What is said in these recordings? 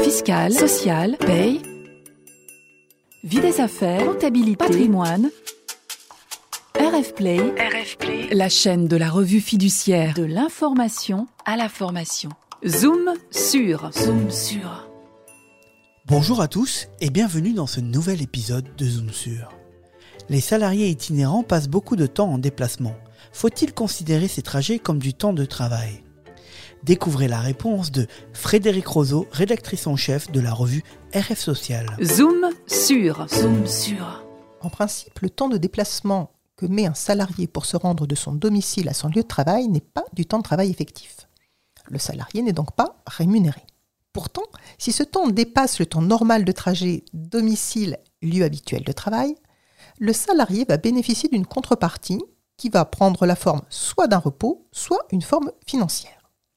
fiscale, sociale, paye, vie des affaires, comptabilité, patrimoine. RF Play, la chaîne de la revue fiduciaire de l'information à la formation. Zoom sur. Bonjour à tous et bienvenue dans ce nouvel épisode de Zoom sur. Les salariés itinérants passent beaucoup de temps en déplacement. Faut-il considérer ces trajets comme du temps de travail ? Découvrez la réponse de Frédérique Roseau, rédactrice en chef de la revue RF Social. Zoom sur. En principe, le temps de déplacement que met un salarié pour se rendre de son domicile à son lieu de travail n'est pas du temps de travail effectif. Le salarié n'est donc pas rémunéré. Pourtant, si ce temps dépasse le temps normal de trajet domicile-lieu habituel de travail, le salarié va bénéficier d'une contrepartie qui va prendre la forme soit d'un repos, soit une forme financière.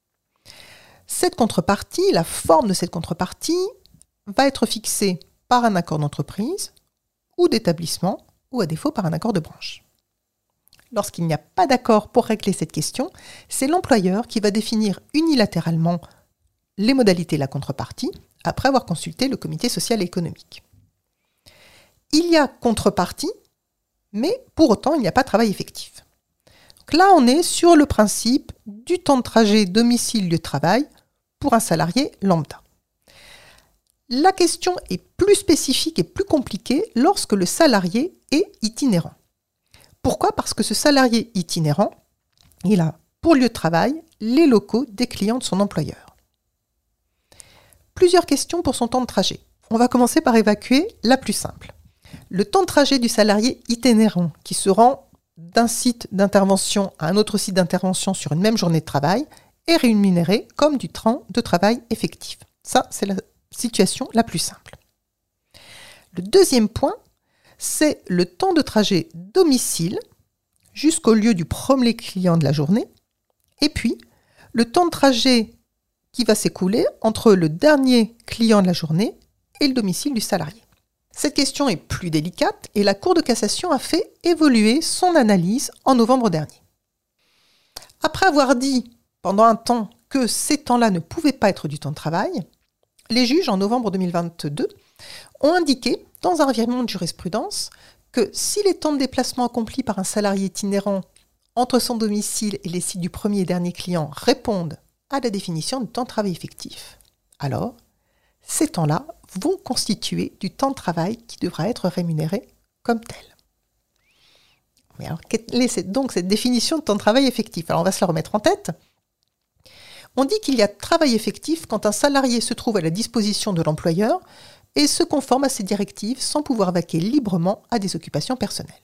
Cette contrepartie, la forme de cette contrepartie, va être fixée par un accord d'entreprise ou d'établissement, ou à défaut par un accord de branche. Lorsqu'il n'y a pas d'accord pour régler cette question, c'est l'employeur qui va définir unilatéralement les modalités de la contrepartie après avoir consulté le comité social et économique. Il y a contrepartie, mais pour autant, il n'y a pas de travail effectif. Donc là, on est sur le principe du temps de trajet domicile-lieu de travail pour un salarié lambda. La question est plus spécifique et plus compliquée lorsque le salarié est itinérant. Pourquoi ? Parce que ce salarié itinérant, il a pour lieu de travail les locaux des clients de son employeur. Plusieurs questions pour son temps de trajet. On va commencer par évacuer la plus simple. Le temps de trajet du salarié itinérant qui se rend d'un site d'intervention à un autre site d'intervention sur une même journée de travail est rémunéré comme du temps de travail effectif. Ça, c'est la situation la plus simple. Le deuxième point, c'est le temps de trajet domicile jusqu'au lieu du premier client de la journée, et puis le temps de trajet qui va s'écouler entre le dernier client de la journée et le domicile du salarié. Cette question est plus délicate et la Cour de cassation a fait évoluer son analyse en novembre dernier. Après avoir dit pendant un temps que ces temps-là ne pouvaient pas être du temps de travail, les juges, en novembre 2022, ont indiqué, dans un revirement de jurisprudence, que si les temps de déplacement accomplis par un salarié itinérant entre son domicile et les sites du premier et dernier client répondent à la définition du temps de travail effectif, alors ces temps-là vont constituer du temps de travail qui devra être rémunéré comme tel. Mais alors, quelle est donc cette définition de temps de travail effectif ? Alors, on va se la remettre en tête. On dit qu'il y a travail effectif quand un salarié se trouve à la disposition de l'employeur et se conforme à ses directives sans pouvoir vaquer librement à des occupations personnelles.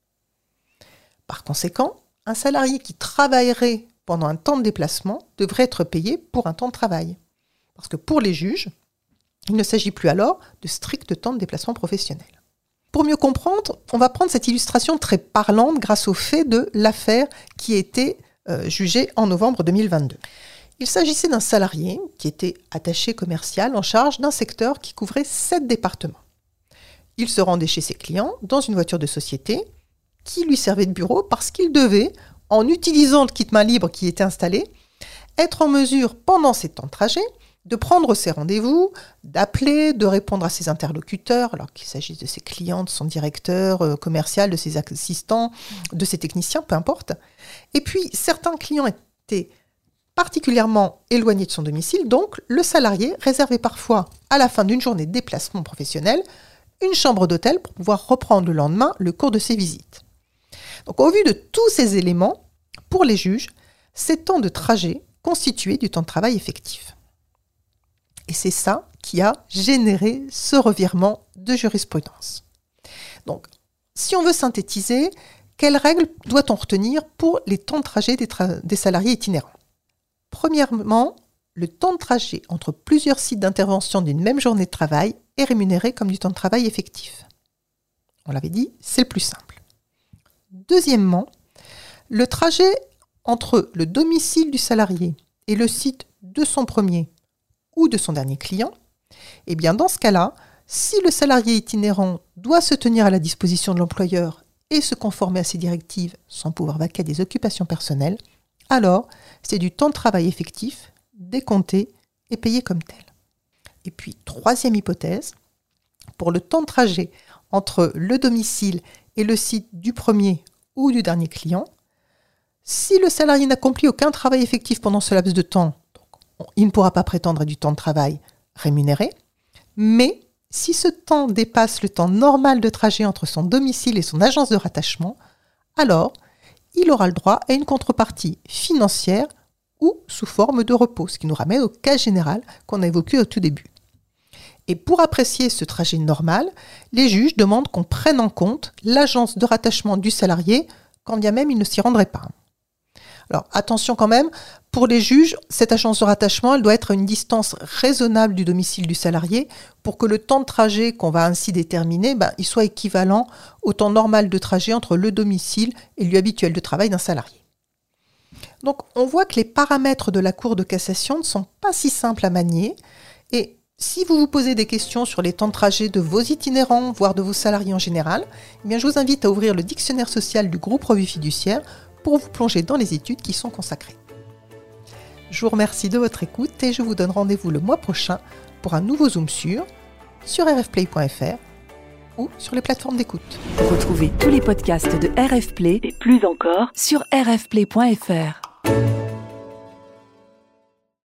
Par conséquent, un salarié qui travaillerait pendant un temps de déplacement devrait être payé pour un temps de travail. Parce que pour les juges, il ne s'agit plus alors de strict temps de déplacement professionnel. Pour mieux comprendre, on va prendre cette illustration très parlante grâce au fait de l'affaire qui a été jugée en novembre 2022. Il s'agissait d'un salarié qui était attaché commercial en charge d'un secteur qui couvrait 7 départements. Il se rendait chez ses clients dans une voiture de société qui lui servait de bureau parce qu'il devait, en utilisant le kit main libre qui était installé, être en mesure, pendant ses temps de trajet, de prendre ses rendez-vous, d'appeler, de répondre à ses interlocuteurs, alors qu'il s'agisse de ses clients, de son directeur commercial, de ses assistants, de ses techniciens, peu importe. Et puis, certains clients étaient particulièrement éloigné de son domicile, donc le salarié réservait parfois, à la fin d'une journée de déplacement professionnel, une chambre d'hôtel pour pouvoir reprendre le lendemain le cours de ses visites. Donc au vu de tous ces éléments, pour les juges, ces temps de trajet constituaient du temps de travail effectif. Et c'est ça qui a généré ce revirement de jurisprudence. Donc, si on veut synthétiser, quelles règles doit-on retenir pour les temps de trajet des salariés itinérants ? Premièrement, le temps de trajet entre plusieurs sites d'intervention d'une même journée de travail est rémunéré comme du temps de travail effectif. On l'avait dit, c'est le plus simple. Deuxièmement, le trajet entre le domicile du salarié et le site de son premier ou de son dernier client, eh bien dans ce cas-là, si le salarié itinérant doit se tenir à la disposition de l'employeur et se conformer à ses directives sans pouvoir vaquer à des occupations personnelles, alors c'est du temps de travail effectif, décompté et payé comme tel. Et puis, troisième hypothèse, pour le temps de trajet entre le domicile et le site du premier ou du dernier client, si le salarié n'accomplit aucun travail effectif pendant ce laps de temps, il ne pourra pas prétendre à du temps de travail rémunéré, mais si ce temps dépasse le temps normal de trajet entre son domicile et son agence de rattachement, alors il aura le droit à une contrepartie financière ou sous forme de repos, ce qui nous ramène au cas général qu'on a évoqué au tout début. Et pour apprécier ce trajet normal, les juges demandent qu'on prenne en compte l'agence de rattachement du salarié, quand bien même il ne s'y rendrait pas. Alors attention quand même, pour les juges, cette agence de rattachement, elle doit être à une distance raisonnable du domicile du salarié pour que le temps de trajet qu'on va ainsi déterminer, il soit équivalent au temps normal de trajet entre le domicile et le lieu habituel de travail d'un salarié. Donc on voit que les paramètres de la Cour de cassation ne sont pas si simples à manier, et si vous vous posez des questions sur les temps de trajet de vos itinérants, voire de vos salariés en général, je vous invite à ouvrir le dictionnaire social du groupe Revue Fiduciaire pour vous plonger dans les études qui sont consacrées. Je vous remercie de votre écoute et je vous donne rendez-vous le mois prochain pour un nouveau Zoom sur rfplay.fr ou sur les plateformes d'écoute. Retrouvez tous les podcasts de RF Play et plus encore sur rfplay.fr.